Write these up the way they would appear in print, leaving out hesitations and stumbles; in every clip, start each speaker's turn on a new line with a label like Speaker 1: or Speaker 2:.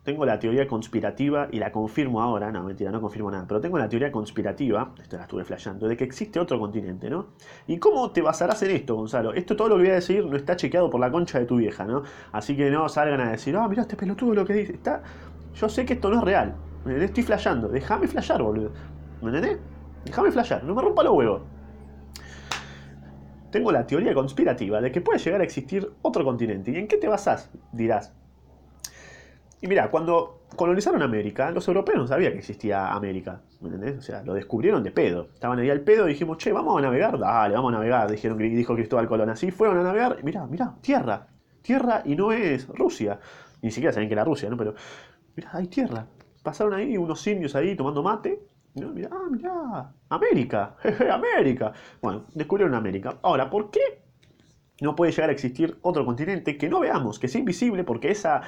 Speaker 1: tengo la teoría conspirativa y la confirmo ahora, no, mentira, no confirmo nada, pero tengo la teoría conspirativa, esto la estuve flasheando, de que existe otro continente, ¿no? ¿Y cómo te basarás en esto, Gonzalo? Esto todo lo que voy a decir no está chequeado por la concha de tu vieja, ¿no? Así que no salgan a decir, ah, mirá este pelotudo lo que dice, está... Yo sé que esto no es real, ¿me estoy flasheando, déjame flashear, boludo, ¿me entendés? Déjame flashear, no me rompa los huevos. Tengo la teoría conspirativa de que puede llegar a existir otro continente. ¿Y en qué te basás? Dirás. Y mira, cuando colonizaron América, los europeos no sabían que existía América. ¿Me entendés? O sea, lo descubrieron de pedo. Estaban ahí al pedo y dijimos, che, vamos a navegar. Dale, vamos a navegar. Dijo Cristóbal Colón. Así fueron a navegar. Y mirá, mirá, tierra. Tierra y no es Rusia. Ni siquiera saben que era Rusia, ¿no? Pero, mirá, hay tierra. Pasaron ahí unos indios ahí tomando mate. ¿No? Mirá, mirá. América. Jeje, América. Bueno, descubrieron América. Ahora, ¿por qué no puede llegar a existir otro continente que no veamos, que sea invisible? Porque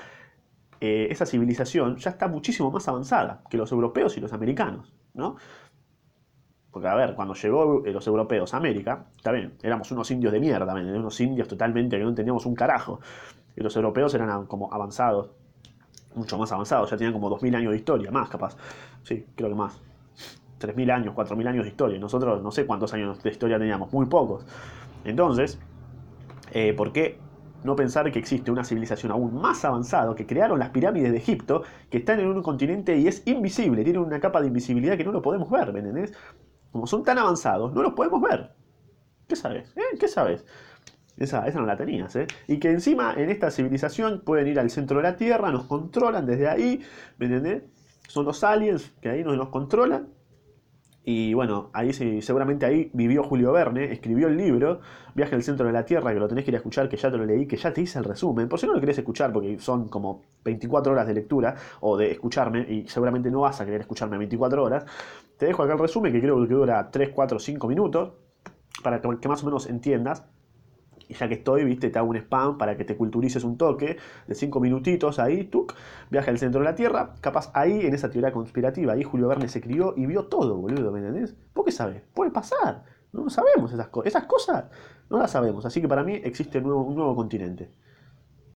Speaker 1: esa civilización ya está muchísimo más avanzada que los europeos y los americanos, ¿no? Porque, a ver, cuando llegó los europeos a América, está bien, éramos unos indios de mierda, unos indios totalmente que no entendíamos un carajo. Y los europeos eran como avanzados, mucho más avanzados, ya tenían como 2000 años de historia, más capaz. Sí, creo que más. 3000 años, 4000 años de historia. Nosotros no sé cuántos años de historia teníamos, muy pocos. Entonces, ¿por qué no pensar que existe una civilización aún más avanzada que crearon las pirámides de Egipto, que están en un continente y es invisible, tienen una capa de invisibilidad que no lo podemos ver, ¿me entendés? Como son tan avanzados, no los podemos ver. ¿Qué sabes? ¿Qué sabes? Esa no la tenías, ¿eh? Y que encima en esta civilización pueden ir al centro de la Tierra, nos controlan desde ahí, ¿me entendés? Son los aliens que ahí nos controlan. Y bueno, ahí sí, seguramente ahí vivió Julio Verne, escribió el libro Viaje al centro de la Tierra, que lo tenés que ir a escuchar, que ya te lo leí, que ya te hice el resumen. Por si no lo querés escuchar, porque son como 24 horas de lectura o de escucharme, y seguramente no vas a querer escucharme 24 horas, te dejo acá el resumen, que creo que dura 3 4 5 minutos, para que más o menos entiendas. Y ya que estoy, viste, te hago un spam para que te culturices un toque de 5 minutitos ahí, tuk, viaja al centro de la Tierra. Capaz ahí, en esa teoría conspirativa, ahí Julio Verne se crió y vio todo, boludo, ¿me entendés? ¿Vos qué sabés? Puede pasar. No sabemos esas cosas. Esas cosas no las sabemos. Así que para mí existe un nuevo continente.